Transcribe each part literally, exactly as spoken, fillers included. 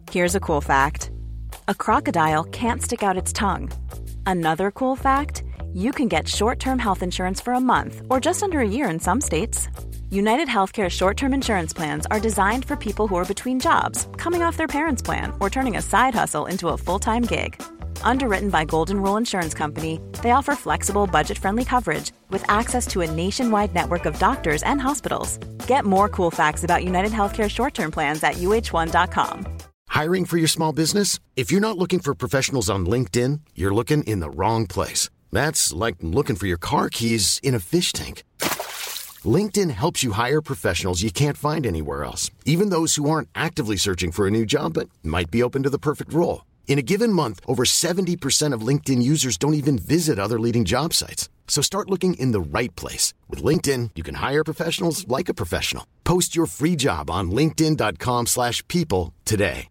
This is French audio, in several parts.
Here's a cool fact. A crocodile can't stick out its tongue. Another cool fact, you can get short-term health insurance for a month or just under a year in some states. United Healthcare short-term insurance plans are designed for people who are between jobs, coming off their parents' plan, or turning a side hustle into a full-time gig. Underwritten by Golden Rule Insurance Company, they offer flexible, budget-friendly coverage with access to a nationwide network of doctors and hospitals. Get more cool facts about United Healthcare short-term plans at U H one dot com. Hiring for your small business? If you're not looking for professionals on LinkedIn, you're looking in the wrong place. That's like looking for your car keys in a fish tank. LinkedIn helps you hire professionals you can't find anywhere else, even those who aren't actively searching for a new job but might be open to the perfect role. In a given month, over seventy percent of LinkedIn users don't even visit other leading job sites. So start looking in the right place. With LinkedIn, you can hire professionals like a professional. Post your free job on linkedin dot com slash people today.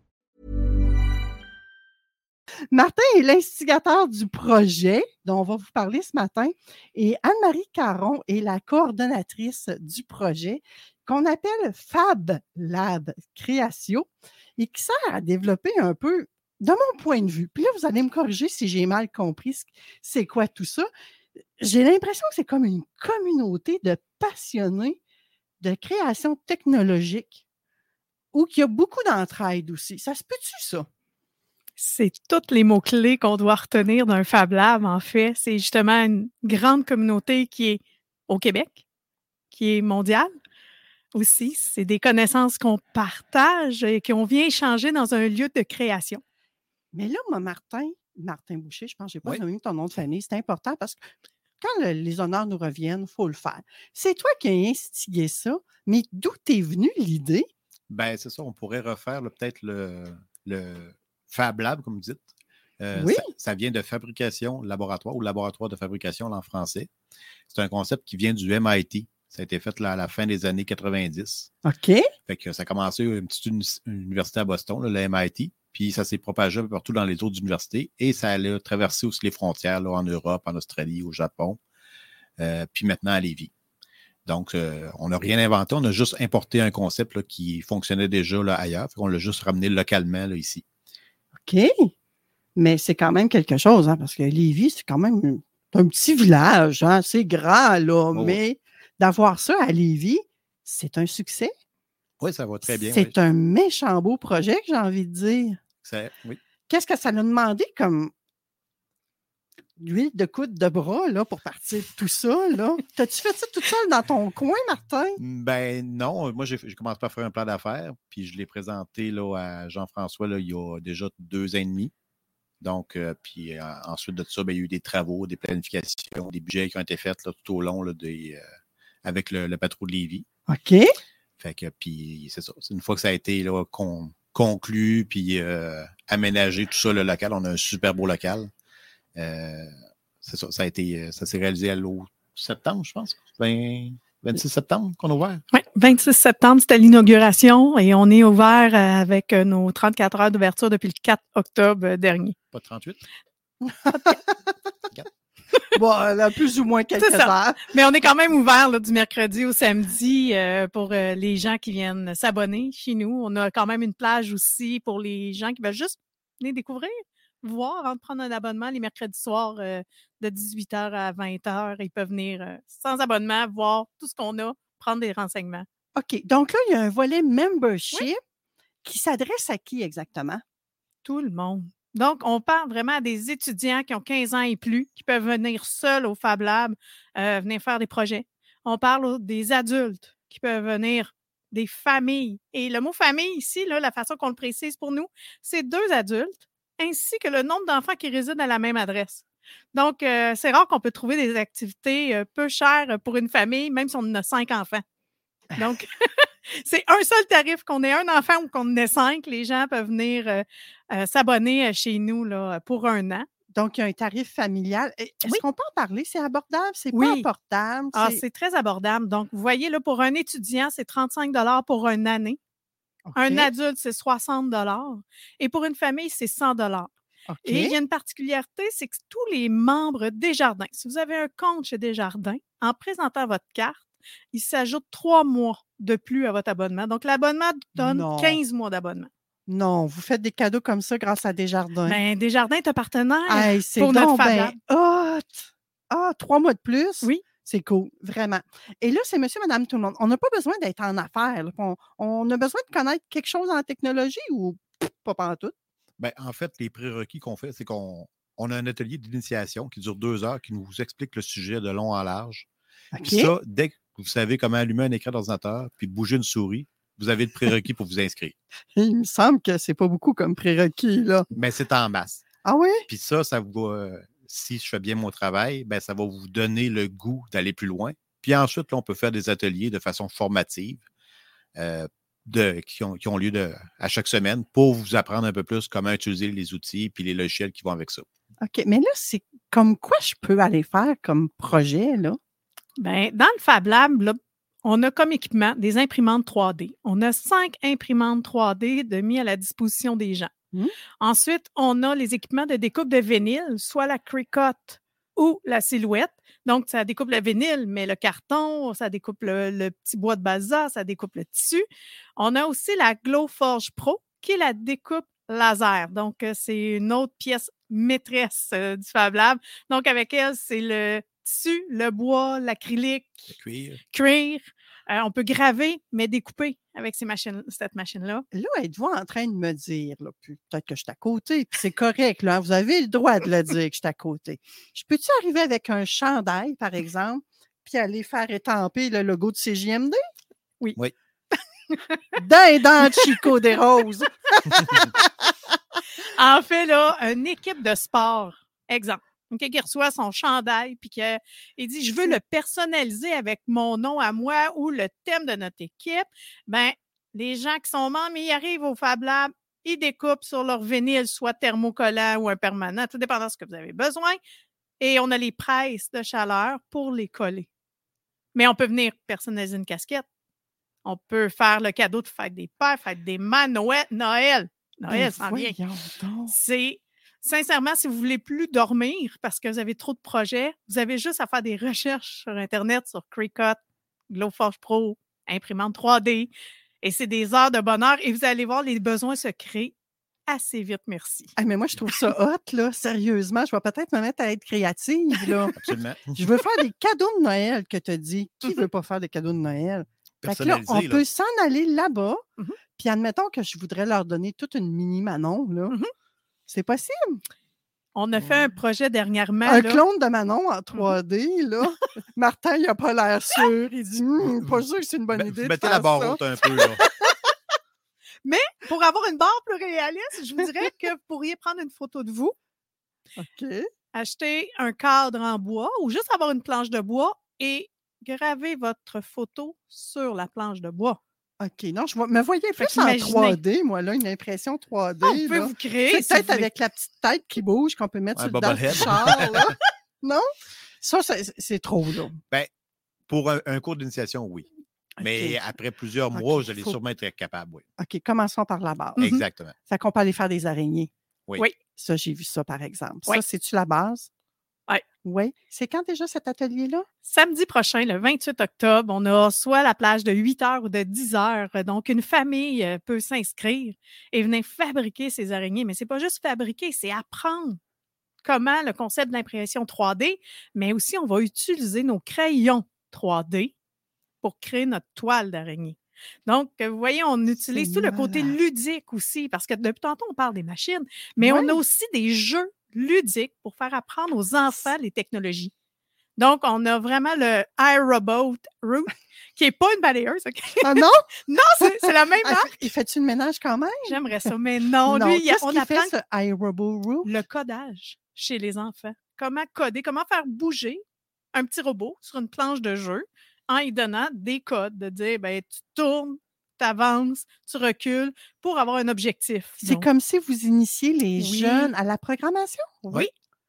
Martin est l'instigateur du projet dont on va vous parler ce matin et Anne-Marie Caron est la coordonnatrice du projet qu'on appelle Fab Lab Créatio et qui sert à développer un peu, de mon point de vue, puis là, vous allez me corriger si j'ai mal compris c'est quoi tout ça. J'ai l'impression que c'est comme une communauté de passionnés de création technologique où il y a beaucoup d'entraide aussi. Ça se peut-tu, ça? C'est tous les mots-clés qu'on doit retenir d'un Fab Lab, en fait. C'est justement une grande communauté qui est au Québec, qui est mondiale aussi. C'est des connaissances qu'on partage et qu'on vient échanger dans un lieu de création. Mais là, moi, Martin, Martin Boucher, je pense que je n'ai pas Oui. nommé ton nom de famille, c'est important parce que quand le- les honneurs nous reviennent, il faut le faire. C'est toi qui as instigé ça, mais d'où t'es venue l'idée? Ben, c'est ça, on pourrait refaire là, peut-être le, le Fab Lab, comme vous dites. Euh, Oui. ça, ça vient de fabrication laboratoire ou laboratoire de fabrication là, en français. C'est un concept qui vient du M I T. Ça a été fait là, à la fin des années quatre-vingt-dix. OK. Fait que ça a commencé une petite uni- université à Boston, là, le M I T, puis ça s'est propagé un peu partout dans les autres universités et ça allait traverser aussi les frontières là, en Europe, en Australie, au Japon, euh, puis maintenant à Lévis. Donc, euh, on n'a rien inventé, on a juste importé un concept là, qui fonctionnait déjà là, ailleurs. Fait qu'on l'a juste ramené localement là, ici. OK. Mais c'est quand même quelque chose, hein, parce que Lévis, c'est quand même un, un petit village, hein, c'est grand, là, Oh, mais d'avoir ça à Lévis, c'est un succès. Oui, ça va très bien. C'est oui. un méchant beau projet, que j'ai envie de dire. Ça- oui. Qu'est-ce que ça nous demandé comme huile de coude de bras là, pour partir de tout ça? Là? T'as-tu fait ça toute seule dans ton coin, Martin? Ben non, moi j'ai j'ai commencé par faire un plan d'affaires, puis je l'ai présenté là, à Jean-François là, il y a déjà deux ans et demi. Donc, euh, puis euh, ensuite de ça, ben, il y a eu des travaux, des planifications, des budgets qui ont été faits là, tout au long là, des, euh, avec le, le patrouille de Lévis. OK. Fait que, puis c'est ça. C'est une fois que ça a été là, con- conclu, puis euh, aménagé, tout ça, le local, on a un super beau local. Euh, c'est ça, ça a été, ça s'est réalisé à l'au septembre, je pense. vingt, vingt-six septembre qu'on a ouvert. Oui, vingt-six septembre, c'était l'inauguration et on est ouvert euh, avec euh, nos trente-quatre heures d'ouverture depuis le quatre octobre euh, dernier. Pas de trente-huit? Bon, là, plus ou moins quelques C'est ça. heures. Mais on est quand même ouvert là, du mercredi au samedi euh, pour euh, les gens qui viennent s'abonner chez nous. On a quand même une plage aussi pour les gens qui veulent juste venir découvrir, voir avant de prendre un abonnement les mercredis soirs euh, de dix-huit heures à vingt heures. Ils peuvent venir euh, sans abonnement, voir tout ce qu'on a, prendre des renseignements. OK. Donc là, il y a un volet membership qui s'adresse à qui exactement? Tout le monde. Donc, on parle vraiment à des étudiants qui ont quinze ans et plus, qui peuvent venir seuls au Fab Lab, euh, venir faire des projets. On parle aux- des adultes qui peuvent venir, des familles. Et le mot famille ici, là, la façon qu'on le précise pour nous, c'est deux adultes ainsi que le nombre d'enfants qui résident à la même adresse. Donc, euh, c'est rare qu'on peut trouver des activités euh, peu chères pour une famille, même si on en a cinq enfants. Donc, c'est un seul tarif, qu'on ait un enfant ou qu'on en ait cinq. Les gens peuvent venir euh, euh, s'abonner chez nous là, pour un an. Donc, il y a un tarif familial. Et Est-ce Oui. qu'on peut en parler? C'est abordable? C'est Oui. pas abordable? Ah, C'est- c'est très abordable. Donc, vous voyez, là, pour un étudiant, c'est trente-cinq dollars pour une année. OK. Un adulte, c'est soixante dollars. Et pour une famille, c'est cent dollars. OK. Et il y a une particularité, c'est que tous les membres Desjardins, si vous avez un compte chez Desjardins, en présentant votre carte, il s'ajoute trois mois de plus à votre abonnement. Donc, l'abonnement donne Non. quinze mois d'abonnement. Non, vous faites des cadeaux comme ça grâce à Desjardins. Ben, Desjardins est un partenaire Hey, c'est pour notre donc Fab ben Lab. hot! Ah, trois mois de plus? Oui. C'est cool, vraiment. Et là, c'est monsieur, madame, tout le monde. On n'a pas besoin d'être en affaires. là. On, on a besoin de connaître quelque chose en technologie ou pff, pas pantoute? Ben, en fait, les prérequis qu'on fait, c'est qu'on on a un atelier d'initiation qui dure deux heures, qui nous explique le sujet de long en large. OK. Puis ça, dès que vous savez comment allumer un écran d'ordinateur puis bouger une souris, vous avez le prérequis pour vous inscrire. Il me semble que c'est pas beaucoup comme prérequis, là. Mais c'est en masse. Ah oui? Puis ça, ça va, euh, si je fais bien mon travail, ben, ça va vous donner le goût d'aller plus loin. Puis ensuite, là, on peut faire des ateliers de façon formative euh, de, qui, ont, qui ont lieu de, à chaque semaine pour vous apprendre un peu plus comment utiliser les outils puis les logiciels qui vont avec ça. OK, mais là, c'est comme quoi je peux aller faire comme projet, là? Ben, dans le Fab Lab, là, on a comme équipement des imprimantes trois D. On a cinq imprimantes trois D de mis à la disposition des gens. Mmh. Ensuite, on a les équipements de découpe de vinyle, soit la Cricut ou la Silhouette. Donc, ça découpe le vinyle, mais le carton, ça découpe le, le petit bois de balsa, ça découpe le tissu. On a aussi la Glowforge Pro, qui est la découpe laser. Donc, euh, c'est une autre pièce maîtresse euh, du Fab Lab. Donc, avec elle, c'est le tissu, le bois, l'acrylique, Le cuir. cuir. Euh, on peut graver, mais découper avec ces machines, cette machine-là. Là, êtes-vous en train de me dire, là, puis peut-être que je suis à côté, puis c'est correct, là, vous avez le droit de le dire que je suis à côté. Je peux-tu arriver avec un chandail, par exemple, puis aller faire étamper le logo de C J M D? Oui. Oui. D'un dans Chico des Roses. En fait, là, une équipe de sport, exemple, okay, qui reçoit son chandail, puis qu'il dit « Je veux le personnaliser avec mon nom à moi ou le thème de notre équipe. » Ben, les gens qui sont membres, ils arrivent au Fab Lab, ils découpent sur leur vinyle, soit thermocollant ou un permanent, tout dépendant de ce que vous avez besoin. Et on a les presses de chaleur pour les coller. Mais on peut venir personnaliser une casquette. On peut faire le cadeau de fête des pères, fête des mères, Noël, Noël. Noël, ça vient. C'est, sincèrement, si vous voulez plus dormir parce que vous avez trop de projets, vous avez juste à faire des recherches sur Internet, sur Cricut, Glowforge Pro, imprimante trois D. Et c'est des heures de bonheur et vous allez voir, les besoins se créent assez vite, merci. Ah, mais moi, je trouve ça hot, là, sérieusement. Je vais peut-être me mettre à être créative, là. Absolument. Je veux faire des cadeaux de Noël que tu as dit. Qui ne veut pas faire des cadeaux de Noël? Fait que là, on Personnalisé, peut là. s'en aller là-bas, Mhm. puis admettons que je voudrais leur donner toute une mini Manon, là. Mhm. C'est possible? On a fait un projet dernièrement. Un là. clone de Manon en trois D, là. Martin, il n'a pas l'air sûr. Il dit, Hum, pas sûr que c'est une bonne Ben, idée de mettez faire la barre ça. haute un peu, là. Pour avoir une barre plus réaliste, je vous dirais que vous pourriez prendre une photo de vous, OK. acheter un cadre en bois ou juste avoir une planche de bois et graver votre photo sur la planche de bois. OK. Non, je vois- me voyais Fait plus en qu'imaginez. trois D, moi, là, une impression trois D. On peut là. vous créer. C'est si peut-être vous voulez. avec la petite tête qui bouge qu'on peut mettre Un sur le dans le bobblehead. char, là. Non? Ça, c'est, c'est trop, là. Pour un, un cours d'initiation, oui. Mais OK. après plusieurs OK, mois, vous allez faut- sûrement être capable, oui. OK, commençons par la base. Mhm. Exactement. Fait qu'on peut aller faire des araignées. Oui. Oui. Ça, j'ai vu ça, par exemple. Oui. Ça, c'est-tu la base? Oui. Oui. C'est quand déjà cet atelier-là? Samedi prochain, le vingt-huit octobre, on a soit la plage de huit heures ou de dix heures. Donc, une famille euh, peut s'inscrire et venir fabriquer ces araignées. Mais c'est pas juste fabriquer, c'est apprendre comment le concept d'impression trois D, mais aussi on va utiliser nos crayons trois D pour créer notre toile d'araignée. Donc, euh, vous voyez, on utilise C'est tout le côté malade. ludique aussi, parce que depuis tantôt, on parle des machines, mais on Ouais. a aussi des jeux ludiques pour faire apprendre aux enfants les technologies. Donc, on a vraiment le iRobot Root, qui n'est pas une balayeuse. OK? Ah non? Non, c'est, c'est la même Ah, marque. il fait-tu le ménage quand même? J'aimerais ça, mais non. non. Lui, il y a- Qu'est-ce on qu'il apprend fait, ce iRobot? le codage chez les enfants. Comment coder, comment faire bouger un petit robot sur une planche de jeu en lui donnant des codes, de dire, ben, tu tournes, tu avances, tu recules pour avoir un objectif. C'est Donc, comme si vous initiez les Oui. jeunes à la programmation? Oui.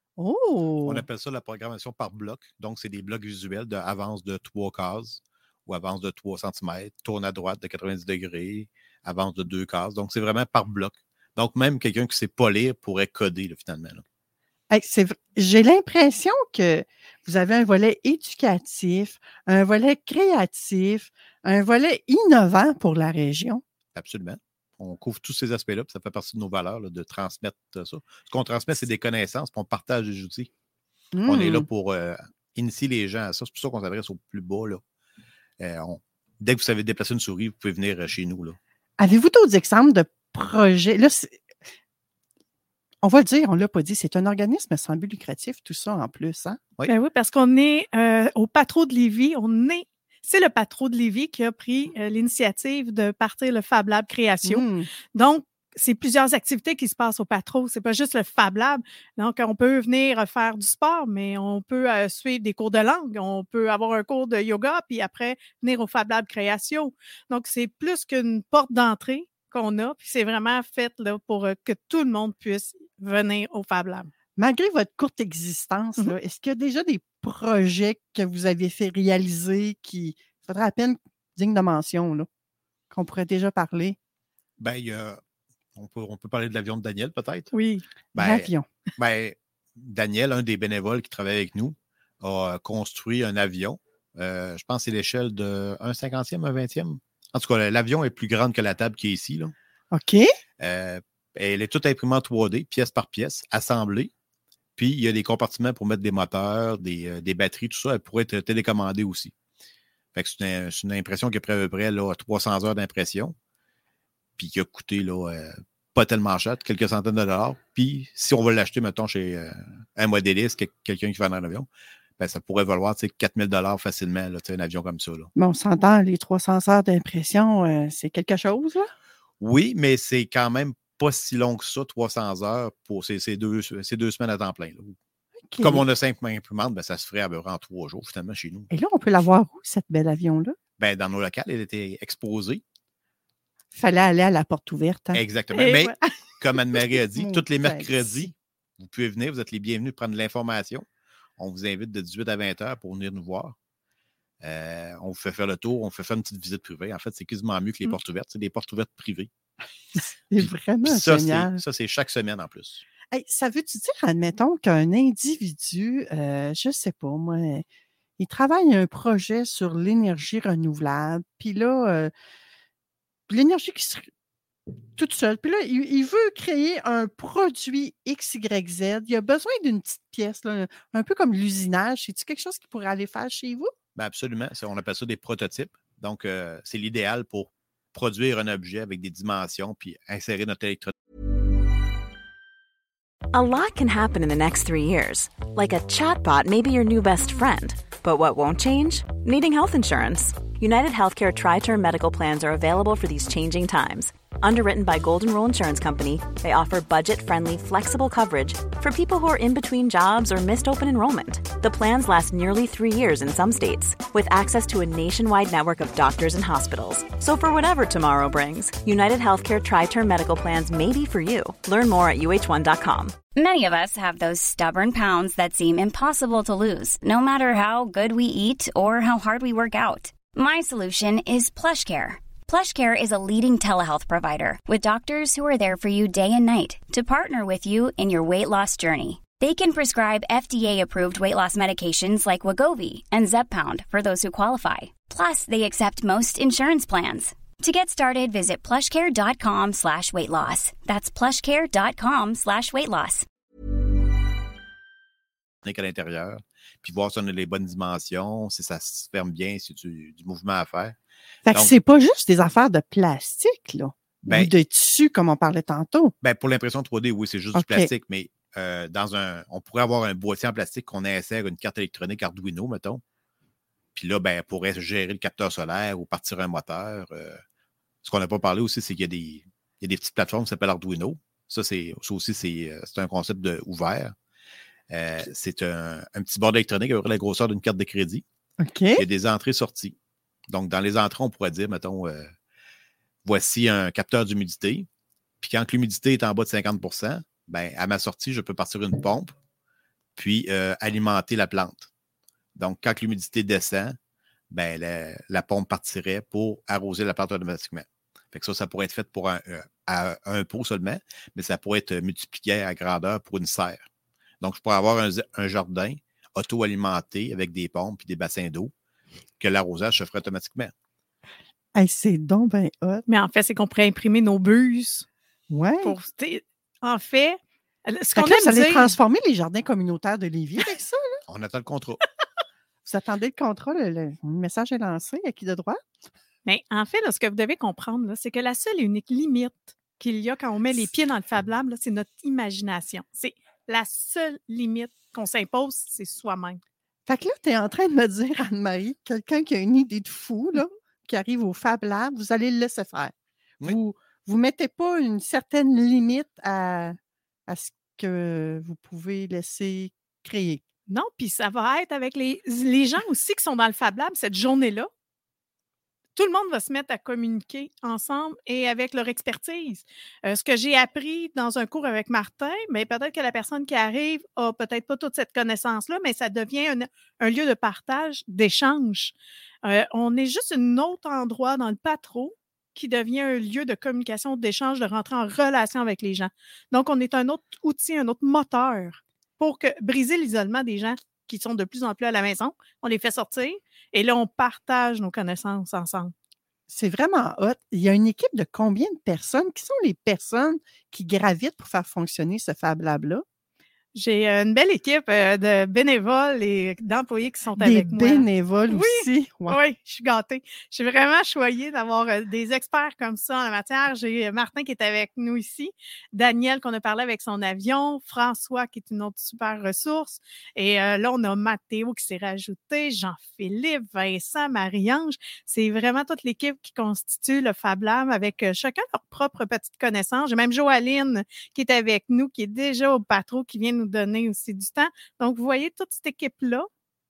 Oh! On appelle ça la programmation par bloc. Donc, c'est des blocs visuels d'avance de trois cases ou avance de trois centimètres, tourne à droite de quatre-vingt-dix degrés, avance de deux cases. Donc, c'est vraiment par bloc. Donc, même quelqu'un qui ne sait pas lire pourrait coder, là, finalement. là. Hey, c'est v- J'ai l'impression que vous avez un volet éducatif, un volet créatif, un volet innovant pour la région. Absolument. On couvre tous ces aspects-là, puis ça fait partie de nos valeurs là, de transmettre ça. Ce qu'on transmet, c'est des connaissances, puis on partage des outils. Mmh. On est là pour euh, initier les gens à ça. C'est pour ça qu'on s'adresse au plus bas. Là. Euh, on, dès que vous savez déplacer une souris, vous pouvez venir chez nous. Là. Avez-vous d'autres exemples de projets? Là, on va le dire, on ne l'a pas dit, c'est un organisme sans but lucratif, tout ça en plus. Hein? Oui. Ben oui, parce qu'on est euh, au Patro de Lévis. On est, c'est le Patro de Lévis qui a pris euh, l'initiative de partir le Fab Lab Création. Mmh. Donc, c'est plusieurs activités qui se passent au Patro. C'est pas juste le Fab Lab. Donc, on peut venir faire du sport, mais on peut euh, suivre des cours de langue. On peut avoir un cours de yoga, puis après, venir au Fab Lab Création. Donc, c'est plus qu'une porte d'entrée qu'on a, puis c'est vraiment fait là, pour euh, que tout le monde puisse venir au Fab Lab. Malgré votre courte existence, mm-hmm. là, est-ce qu'il y a déjà des projets que vous avez fait réaliser qui faudrait à peine dignes de mention, là, qu'on pourrait déjà parler? Bien, il y a On peut, on peut parler de l'avion de Daniel, peut-être? Oui, ben, l'avion. Ben, Daniel, un des bénévoles qui travaille avec nous, a construit un avion. Euh, je pense que c'est l'échelle de un cinquantième, un vingtième. En tout cas, l'avion est plus grande que la table qui est ici. Là. OK. Euh, elle est toute imprimée en trois D, pièce par pièce, assemblée. Puis, il y a des compartiments pour mettre des moteurs, des, euh, des batteries, tout ça. Elle pourrait être télécommandée aussi. Fait que c'est une, c'est une impression qui est à peu près là, trois cents heures d'impression. Puis qui a coûté là, euh, pas tellement cher, quelques centaines de dollars. Puis si on veut l'acheter, mettons, chez euh, un modéliste, quelqu'un qui va dans un avion, ben, ça pourrait valoir quatre mille dollars facilement, là, un avion comme ça. Là. Mais on s'entend, les trois cents heures d'impression, euh, c'est quelque chose, là? Oui, mais c'est quand même pas si long que ça, trois cents heures pour ces, ces, deux, ces deux semaines à temps plein. Là. Okay. Comme on a cinq imprimantes, ben, ça se ferait à peu près en trois jours, finalement, chez nous. Et là, on peut la voir où, cette belle avion-là? Ben, dans nos locales, elle était exposée. Il fallait aller à la porte ouverte. Hein? Exactement. Et mais, ouais. Comme Anne-Marie a dit, tous les mercredis, vous pouvez venir, vous êtes les bienvenus prendre de l'information. On vous invite de dix-huit à vingt heures pour venir nous voir. Euh, on vous fait faire le tour, on vous fait faire une petite visite privée. En fait, c'est quasiment mieux que les mm. portes ouvertes. C'est des portes ouvertes privées. C'est puis, vraiment puis ça, génial. C'est, ça, c'est chaque semaine en plus. Hey, ça veut-tu dire, admettons, qu'un individu, euh, je ne sais pas, moi, il travaille un projet sur l'énergie renouvelable, puis là, euh, l'énergie qui se toute seule. Puis là, il, il veut créer un produit X Y Z. Il a besoin d'une petite pièce, là, un peu comme l'usinage. C'est-tu quelque chose qu'il pourrait aller faire chez vous? Bien absolument. C'est, on appelle ça des prototypes. Donc, euh, c'est l'idéal pour produire un objet avec des dimensions puis insérer notre électronique. A lot can happen in the next three years. Like a chatbot may be your new best friend. But what won't change? Needing health insurance. United Healthcare Tri-Term Medical Plans are available for these changing times. Underwritten by Golden Rule Insurance Company, they offer budget-friendly, flexible coverage for people who are in between jobs or missed open enrollment. The plans last nearly three years in some states, with access to a nationwide network of doctors and hospitals. So for whatever tomorrow brings, United Healthcare Tri-Term Medical Plans may be for you. Learn more at U H one dot com. Many of us have those stubborn pounds that seem impossible to lose, no matter how good we eat or how hard we work out. My solution is PlushCare. PlushCare is a leading telehealth provider with doctors who are there for you day and night to partner with you in your weight loss journey. They can prescribe F D A-approved weight loss medications like Wegovy and Zepbound for those who qualify. Plus, they accept most insurance plans. To get started, visit plushcare.com slash weight loss. That's plushcare.com slash weight loss. À l'intérieur, puis voir si on a les bonnes dimensions, si ça se ferme bien, si tu du mouvement à faire. Fait que c'est pas juste des affaires de plastique, là, ben, ou de tissu, comme on parlait tantôt. Ben pour l'impression trois D, oui, c'est juste okay. du plastique, mais euh, dans un, on pourrait avoir un boîtier en plastique qu'on insère une carte électronique Arduino, mettons. Puis là, ben, on pourrait gérer le capteur solaire ou partir un moteur. Euh, ce qu'on n'a pas parlé aussi, c'est qu'il y a des, il y a des petites plateformes qui s'appellent Arduino. Ça, c'est, ça aussi, c'est, c'est un concept de, ouvert. Euh, c'est un, un petit board électronique avec la grosseur d'une carte de crédit. Okay. Il y a des entrées-sorties. Donc, dans les entrées, on pourrait dire, mettons, euh, voici un capteur d'humidité. Puis quand l'humidité est en bas de cinquante pour cent, ben, à ma sortie, je peux partir une pompe, puis euh, alimenter la plante. Donc, quand l'humidité descend, ben, la, la pompe partirait pour arroser la plante automatiquement. Fait que ça, ça pourrait être fait pour un, euh, à un pot seulement, mais ça pourrait être multiplié à grandeur pour une serre. Donc, je pourrais avoir un, un jardin auto-alimenté avec des pompes et des bassins d'eau que l'arrosage se ferait automatiquement. Hey, c'est donc ben hot. Mais en fait, c'est qu'on pourrait imprimer nos buses. Ouais. Pour, en fait, ce Fait qu'on que là, aime vous allez dire... transformer les jardins communautaires de Lévis avec ça, là? On attend le contrat. Vous attendez le contrat, le, le message est lancé, à qui de droit? Mais en fait, là, ce que vous devez comprendre, là, c'est que la seule et unique limite qu'il y a quand on met les pieds dans le Fab Lab, là, c'est notre imagination. C'est la seule limite qu'on s'impose, c'est soi-même. Fait que là, tu es en train de me dire, Anne-Marie, quelqu'un qui a une idée de fou, là, qui arrive au Fab Lab, vous allez le laisser faire. Oui. Vous ne mettez pas une certaine limite à, à ce que vous pouvez laisser créer. Non, puis ça va être avec les, les gens aussi qui sont dans le Fab Lab cette journée-là. Tout le monde va se mettre à communiquer ensemble et avec leur expertise. Euh, ce que j'ai appris dans un cours avec Martin, mais peut-être que la personne qui arrive a peut-être pas toute cette connaissance-là, mais ça devient un, un lieu de partage, d'échange. Euh, on est juste un autre endroit dans le patro qui devient un lieu de communication, d'échange, de rentrer en relation avec les gens. Donc, on est un autre outil, un autre moteur pour que, briser l'isolement des gens qui sont de plus en plus à la maison. On les fait sortir et là, on partage nos connaissances ensemble. C'est vraiment hot. Il y a une équipe de combien de personnes? Qui sont les personnes qui gravitent pour faire fonctionner ce Fab Lab-là? J'ai une belle équipe euh, de bénévoles et d'employés qui sont Des avec moi. Des bénévoles oui, aussi. Wow. Oui, je suis gâtée. Je suis vraiment choyée d'avoir euh, des experts comme ça en la matière. J'ai Martin qui est avec nous ici, Daniel qu'on a parlé avec son avion, François qui est une autre super ressource. Et euh, là, on a Mathéo qui s'est rajouté, Jean-Philippe, Vincent, Marie-Ange. C'est vraiment toute l'équipe qui constitue le Fab Lab avec euh, chacun leur propre petite connaissance. J'ai même Joaline qui est avec nous, qui est déjà au patro, qui vient nous donner aussi du temps. Donc, vous voyez, toute cette équipe-là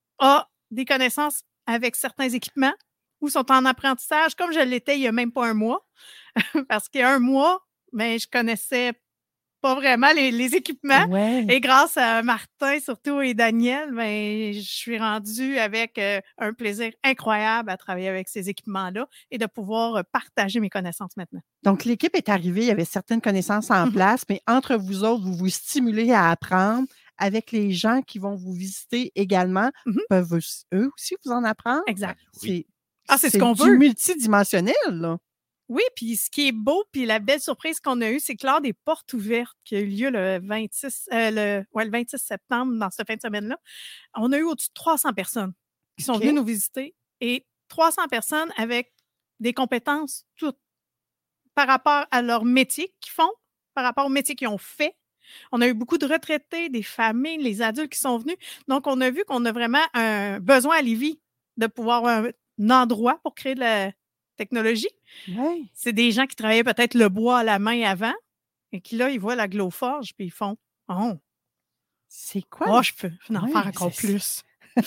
a des connaissances avec certains équipements ou sont en apprentissage, comme je l'étais il n'y a même pas un mois. Parce qu'il y a un mois, ben, je connaissais pas vraiment les, les équipements. Ouais. Et grâce à Martin, surtout, et Daniel, ben, je suis rendue avec euh, un plaisir incroyable à travailler avec ces équipements-là et de pouvoir euh, partager mes connaissances maintenant. Donc, l'équipe est arrivée, il y avait certaines connaissances en Mhm. place, mais entre vous autres, vous vous stimulez à apprendre avec les gens qui vont vous visiter également, Mhm. peuvent aussi- eux aussi vous en apprendre. Exact. Oui. Ah, c'est ce qu'on du veut. multidimensionnel, là. Oui, puis ce qui est beau, puis la belle surprise qu'on a eue, c'est que lors des portes ouvertes qui a eu lieu le vingt-six, euh, le, ouais, le vingt-six septembre, dans cette fin de semaine-là, on a eu au-dessus de trois cents personnes qui sont OK. venues nous visiter et trois cents personnes avec des compétences toutes par rapport à leur métier qu'ils font, par rapport au métier qu'ils ont fait. On a eu beaucoup de retraités, des familles, les adultes qui sont venus. Donc, on a vu qu'on a vraiment un besoin à Lévis de pouvoir avoir un, un endroit pour créer de la technologie. Ouais. C'est des gens qui travaillaient peut-être le bois à la main avant et qui, là, ils voient la Glowforge puis ils font « Oh, C'est quoi? oh je peux en Ouais, faire encore c'est- plus.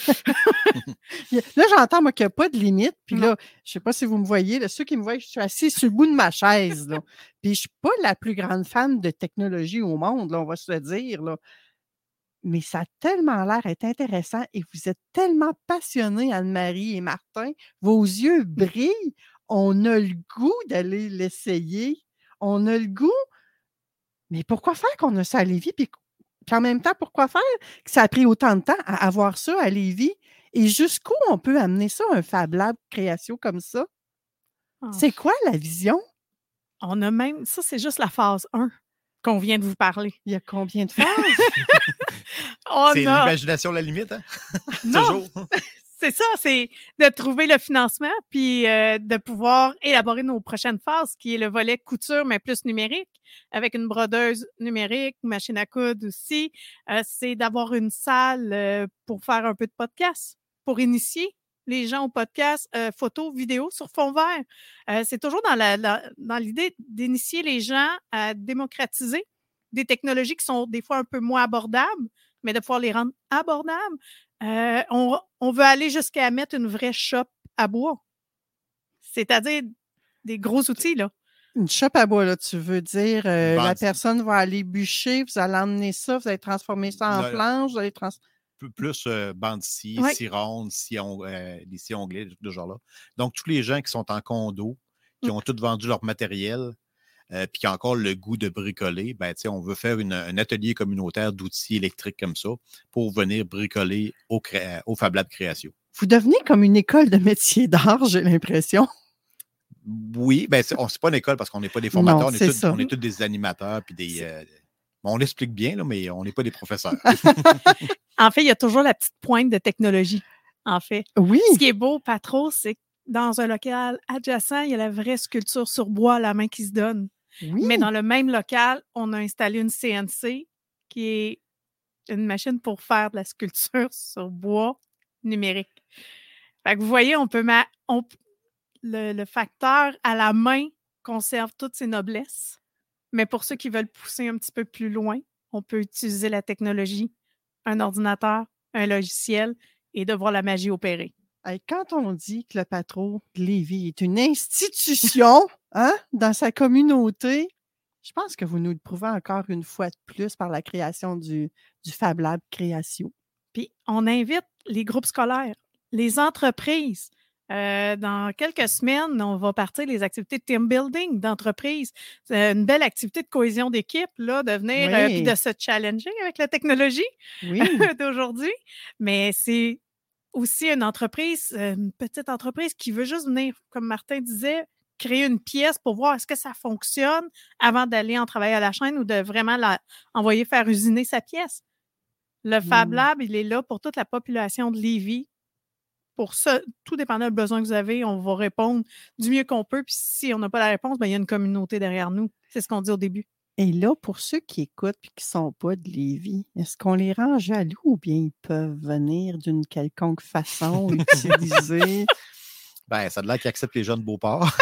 Là, j'entends, moi, qu'il n'y a pas de limite. Puis Non. là, je ne sais pas si vous me voyez, là, ceux qui me voient, je suis assise sur le bout de ma chaise. Là. Puis je ne suis pas la plus grande fan de technologie au monde, là, on va se le dire. Là. Mais ça a tellement l'air d'être intéressant et vous êtes tellement passionnés, Anne-Marie et Martin. Vos yeux brillent. On a le goût d'aller l'essayer. On a le goût. Mais pourquoi faire qu'on a ça à Lévis? Puis, puis en même temps, pourquoi faire que ça a pris autant de temps à avoir ça à Lévis? Et jusqu'où on peut amener ça, un Fab Lab création comme ça? Oh. C'est quoi la vision? On a même, ça, c'est juste la phase un qu'on vient de vous parler. Il y a combien de phases? On C'est a- l'imagination la limite, hein? Non, Toujours. c'est ça, c'est de trouver le financement puis euh, de pouvoir élaborer nos prochaines phases, qui est le volet couture, mais plus numérique, avec une brodeuse numérique, machine à coudre aussi. Euh, c'est d'avoir une salle euh, pour faire un peu de podcast, pour initier les gens au podcast, euh, photos, vidéos sur fond vert. Euh, c'est toujours dans, la, la- dans l'idée d'initier les gens à démocratiser des technologies qui sont des fois un peu moins abordables, mais de pouvoir les rendre abordables. Euh, on, on veut aller jusqu'à mettre une vraie shop à bois, c'est-à-dire des gros outils, là. Une shop à bois, là, tu veux dire, euh, la Bandit. personne va aller bûcher, vous allez emmener ça, vous allez transformer ça en Le- planche, vous allez trans... Peu plus euh, bande scie, Ouais. scie ronde, scie on- euh, des scies onglets, de ce genre-là. Donc, tous les gens qui sont en condo, qui Mm. ont tous vendu leur matériel, euh, puis qui ont encore le goût de bricoler, ben, tu sais, on veut faire une- un atelier communautaire d'outils électriques comme ça pour venir bricoler au, cré- au Fab Lab Création. Vous devenez comme une école de métier d'art, j'ai l'impression. Oui, ben c'est, on, c'est pas une école parce qu'on n'est pas des formateurs, Non, on, est c'est tous, ça. on est tous des animateurs puis des. Euh, on l'explique bien, là, mais on n'est pas des professeurs. En fait, il y a toujours la petite pointe de technologie, en fait. Oui. Ce qui est beau, pas trop, c'est que dans un local adjacent, il y a la vraie sculpture sur bois à la main qui se donne. Oui. Mais dans le même local, on a installé une C N C qui est une machine pour faire de la sculpture sur bois numérique. Fait que vous voyez, on peut ma- on, le, le facteur à la main conserve toutes ses noblesses. Mais pour ceux qui veulent pousser un petit peu plus loin, on peut utiliser la technologie, un ordinateur, un logiciel et de voir la magie opérer. Hey, quand on dit que le Patro de Lévis est une institution hein, dans sa communauté, je pense que vous nous le prouvez encore une fois de plus par la création du, du Fab Lab Création. Puis, on invite les groupes scolaires, les entreprises. Euh, dans quelques semaines, on va partir les activités de team building d'entreprise. C'est une belle activité de cohésion d'équipe, là, de venir Oui. euh, puis de se challenger avec la technologie Oui. d'aujourd'hui. Mais c'est aussi une entreprise, une petite entreprise qui veut juste venir, comme Martin disait, créer une pièce pour voir est-ce que ça fonctionne avant d'aller en travailler à la chaîne ou de vraiment la, envoyer faire usiner sa pièce. Le Fab Lab, il est là pour toute la population de Lévis. Pour ça, tout dépendant du besoin que vous avez, on va répondre du mieux qu'on peut. Puis si on n'a pas la réponse, bien, il y a une communauté derrière nous. C'est ce qu'on dit au début. Et là, pour ceux qui écoutent et qui ne sont pas de Lévis, est-ce qu'on les rend jaloux ou bien ils peuvent venir d'une quelconque façon utiliser? Ben, ça a l'air qu'ils acceptent les jeunes Beauport.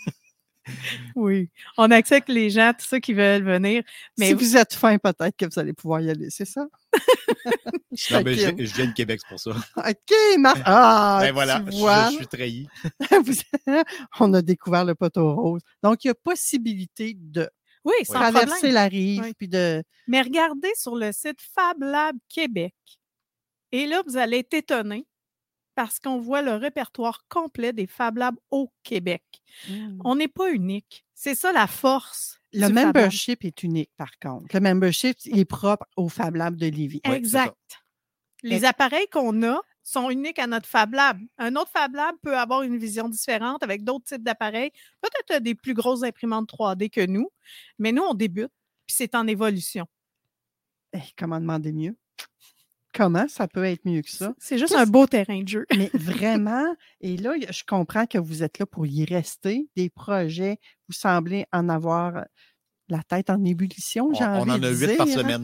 Oui. On accepte les gens, tous ceux qui veulent venir. Mais si vous êtes fin, peut-être que vous allez pouvoir y aller, c'est ça? Non, mais je, je viens de Québec, c'est pour ça. OK, Marc. Ah, ben voilà, tu je, vois. je suis trahi. On a découvert le poteau rose. Donc, il y a possibilité de oui, sans traverser problème. la rive. Oui. Puis de... Mais regardez sur le site Fab Lab Québec. Et là, vous allez être étonnés parce qu'on voit le répertoire complet des Fab Labs au Québec. Mm. On n'est pas unique. C'est ça la force. Le membership est unique, par contre. Le membership est propre au Fab Lab de Lévis. Exact. Oui, Les appareils qu'on a sont uniques à notre Fab Lab. Un autre Fab Lab peut avoir une vision différente avec d'autres types d'appareils. Peut-être des plus grosses imprimantes trois D que nous, mais nous, on débute, puis c'est en évolution. Hey, comment demander mieux? Comment ça peut être mieux que ça? C'est juste Qu'est-ce... un beau terrain de jeu. Mais vraiment, et là, je comprends que vous êtes là pour y rester. Des projets, vous semblez en avoir la tête en ébullition, j'ai on, envie on en de a dire. huit par semaine.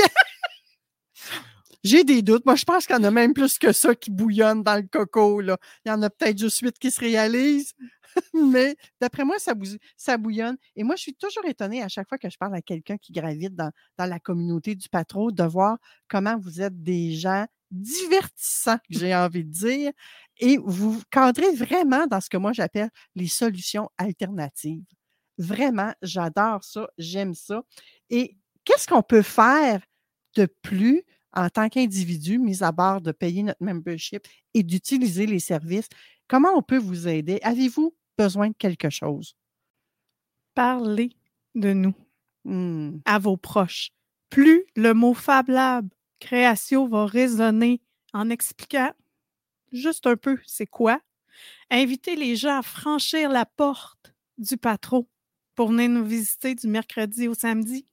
J'ai des doutes. Moi, je pense qu'il y en a même plus que ça qui bouillonnent dans le coco. Là. Il y en a peut-être juste huit qui se réalisent. Mais d'après moi, ça, bou- ça bouillonne. Et moi, je suis toujours étonnée à chaque fois que je parle à quelqu'un qui gravite dans, dans la communauté du Patro de voir comment vous êtes des gens divertissants, j'ai envie de dire. Et vous cadrez vraiment dans ce que moi, j'appelle les solutions alternatives. Vraiment, j'adore ça. J'aime ça. Et qu'est-ce qu'on peut faire de plus en tant qu'individu, mis à part de payer notre membership et d'utiliser les services? Comment on peut vous aider? Avez-vous besoin de quelque chose? Parlez de nous mmh. à vos proches. Plus le mot Fab Lab, création va résonner en expliquant juste un peu c'est quoi. Invitez les gens à franchir la porte du Patro pour venir nous visiter du mercredi au samedi.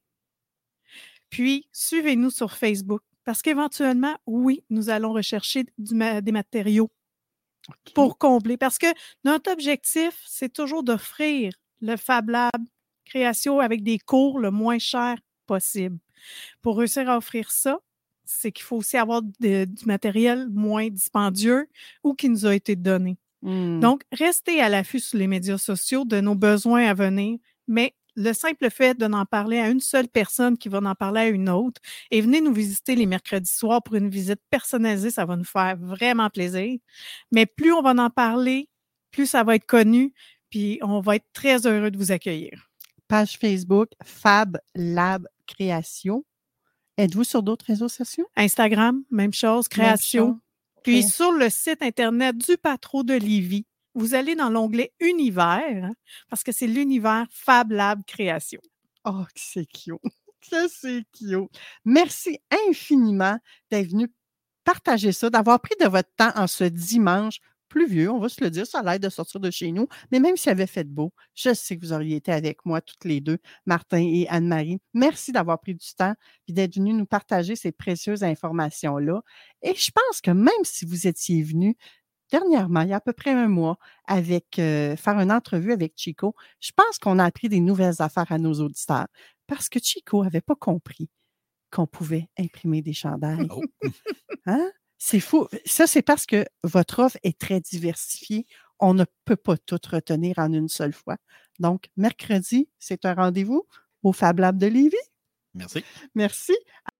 Puis, suivez-nous sur Facebook parce qu'éventuellement, oui, nous allons rechercher du ma- des matériaux okay. pour combler. Parce que notre objectif, c'est toujours d'offrir le Fab Lab Création avec des cours le moins cher possible. Pour réussir à offrir ça, c'est qu'il faut aussi avoir de, du matériel moins dispendieux ou qui nous a été donné. Mmh. Donc, restez à l'affût sur les médias sociaux de nos besoins à venir, mais le simple fait de n'en parler à une seule personne qui va en parler à une autre et venez nous visiter les mercredis soirs pour une visite personnalisée, ça va nous faire vraiment plaisir. Mais plus on va en parler, plus ça va être connu, puis on va être très heureux de vous accueillir. Page Facebook, Fab Lab Création. Êtes-vous sur d'autres réseaux sociaux? Instagram, même chose, Création. Même chose. Puis okay. sur le site Internet du Patro de Lévis, vous allez dans l'onglet Univers, hein, parce que c'est l'univers Fab Lab Création. Oh, que c'est cute! Que c'est cute! Merci infiniment d'être venu partager ça, d'avoir pris de votre temps en ce dimanche pluvieux, on va se le dire, ça a l'air de sortir de chez nous. Mais même s'il avait fait beau, je sais que vous auriez été avec moi toutes les deux, Martin et Anne-Marie. Merci d'avoir pris du temps et d'être venus nous partager ces précieuses informations-là. Et je pense que même si vous étiez venus dernièrement, il y a à peu près un mois, avec euh, faire une entrevue avec Chico, je pense qu'on a appris des nouvelles affaires à nos auditeurs parce que Chico n'avait pas compris qu'on pouvait imprimer des chandails. Oh. Hein? C'est fou. Ça, c'est parce que votre offre est très diversifiée. On ne peut pas tout retenir en une seule fois. Donc, mercredi, c'est un rendez-vous au Fab Lab de Lévis. Merci. Merci.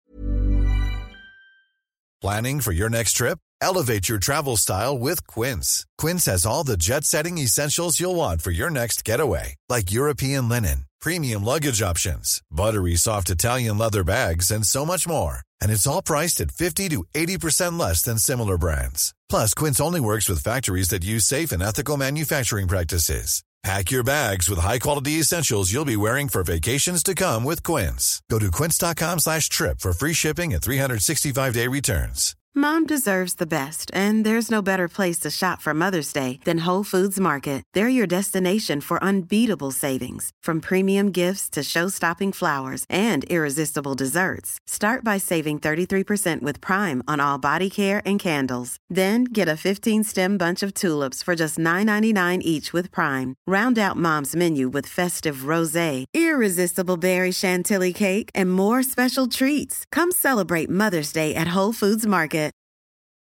Planning for your next trip? Elevate your travel style with Quince. Quince has all the jet-setting essentials you'll want for your next getaway, like European linen, premium luggage options, buttery soft Italian leather bags, and so much more. And it's all priced at fifty to eighty percent less than similar brands. Plus, Quince only works with factories that use safe and ethical manufacturing practices. Pack your bags with high-quality essentials you'll be wearing for vacations to come with Quince. Go to quince.com slash trip for free shipping and three sixty-five day returns. Mom deserves the best, and there's no better place to shop for Mother's Day than Whole Foods Market. They're your destination for unbeatable savings, from premium gifts to show-stopping flowers and irresistible desserts. Start by saving thirty-three percent with Prime on all body care and candles. Then get a fifteen-stem bunch of tulips for just nine ninety-nine each with Prime. Round out Mom's menu with festive rosé, irresistible berry chantilly cake, and more special treats. Come celebrate Mother's Day at Whole Foods Market.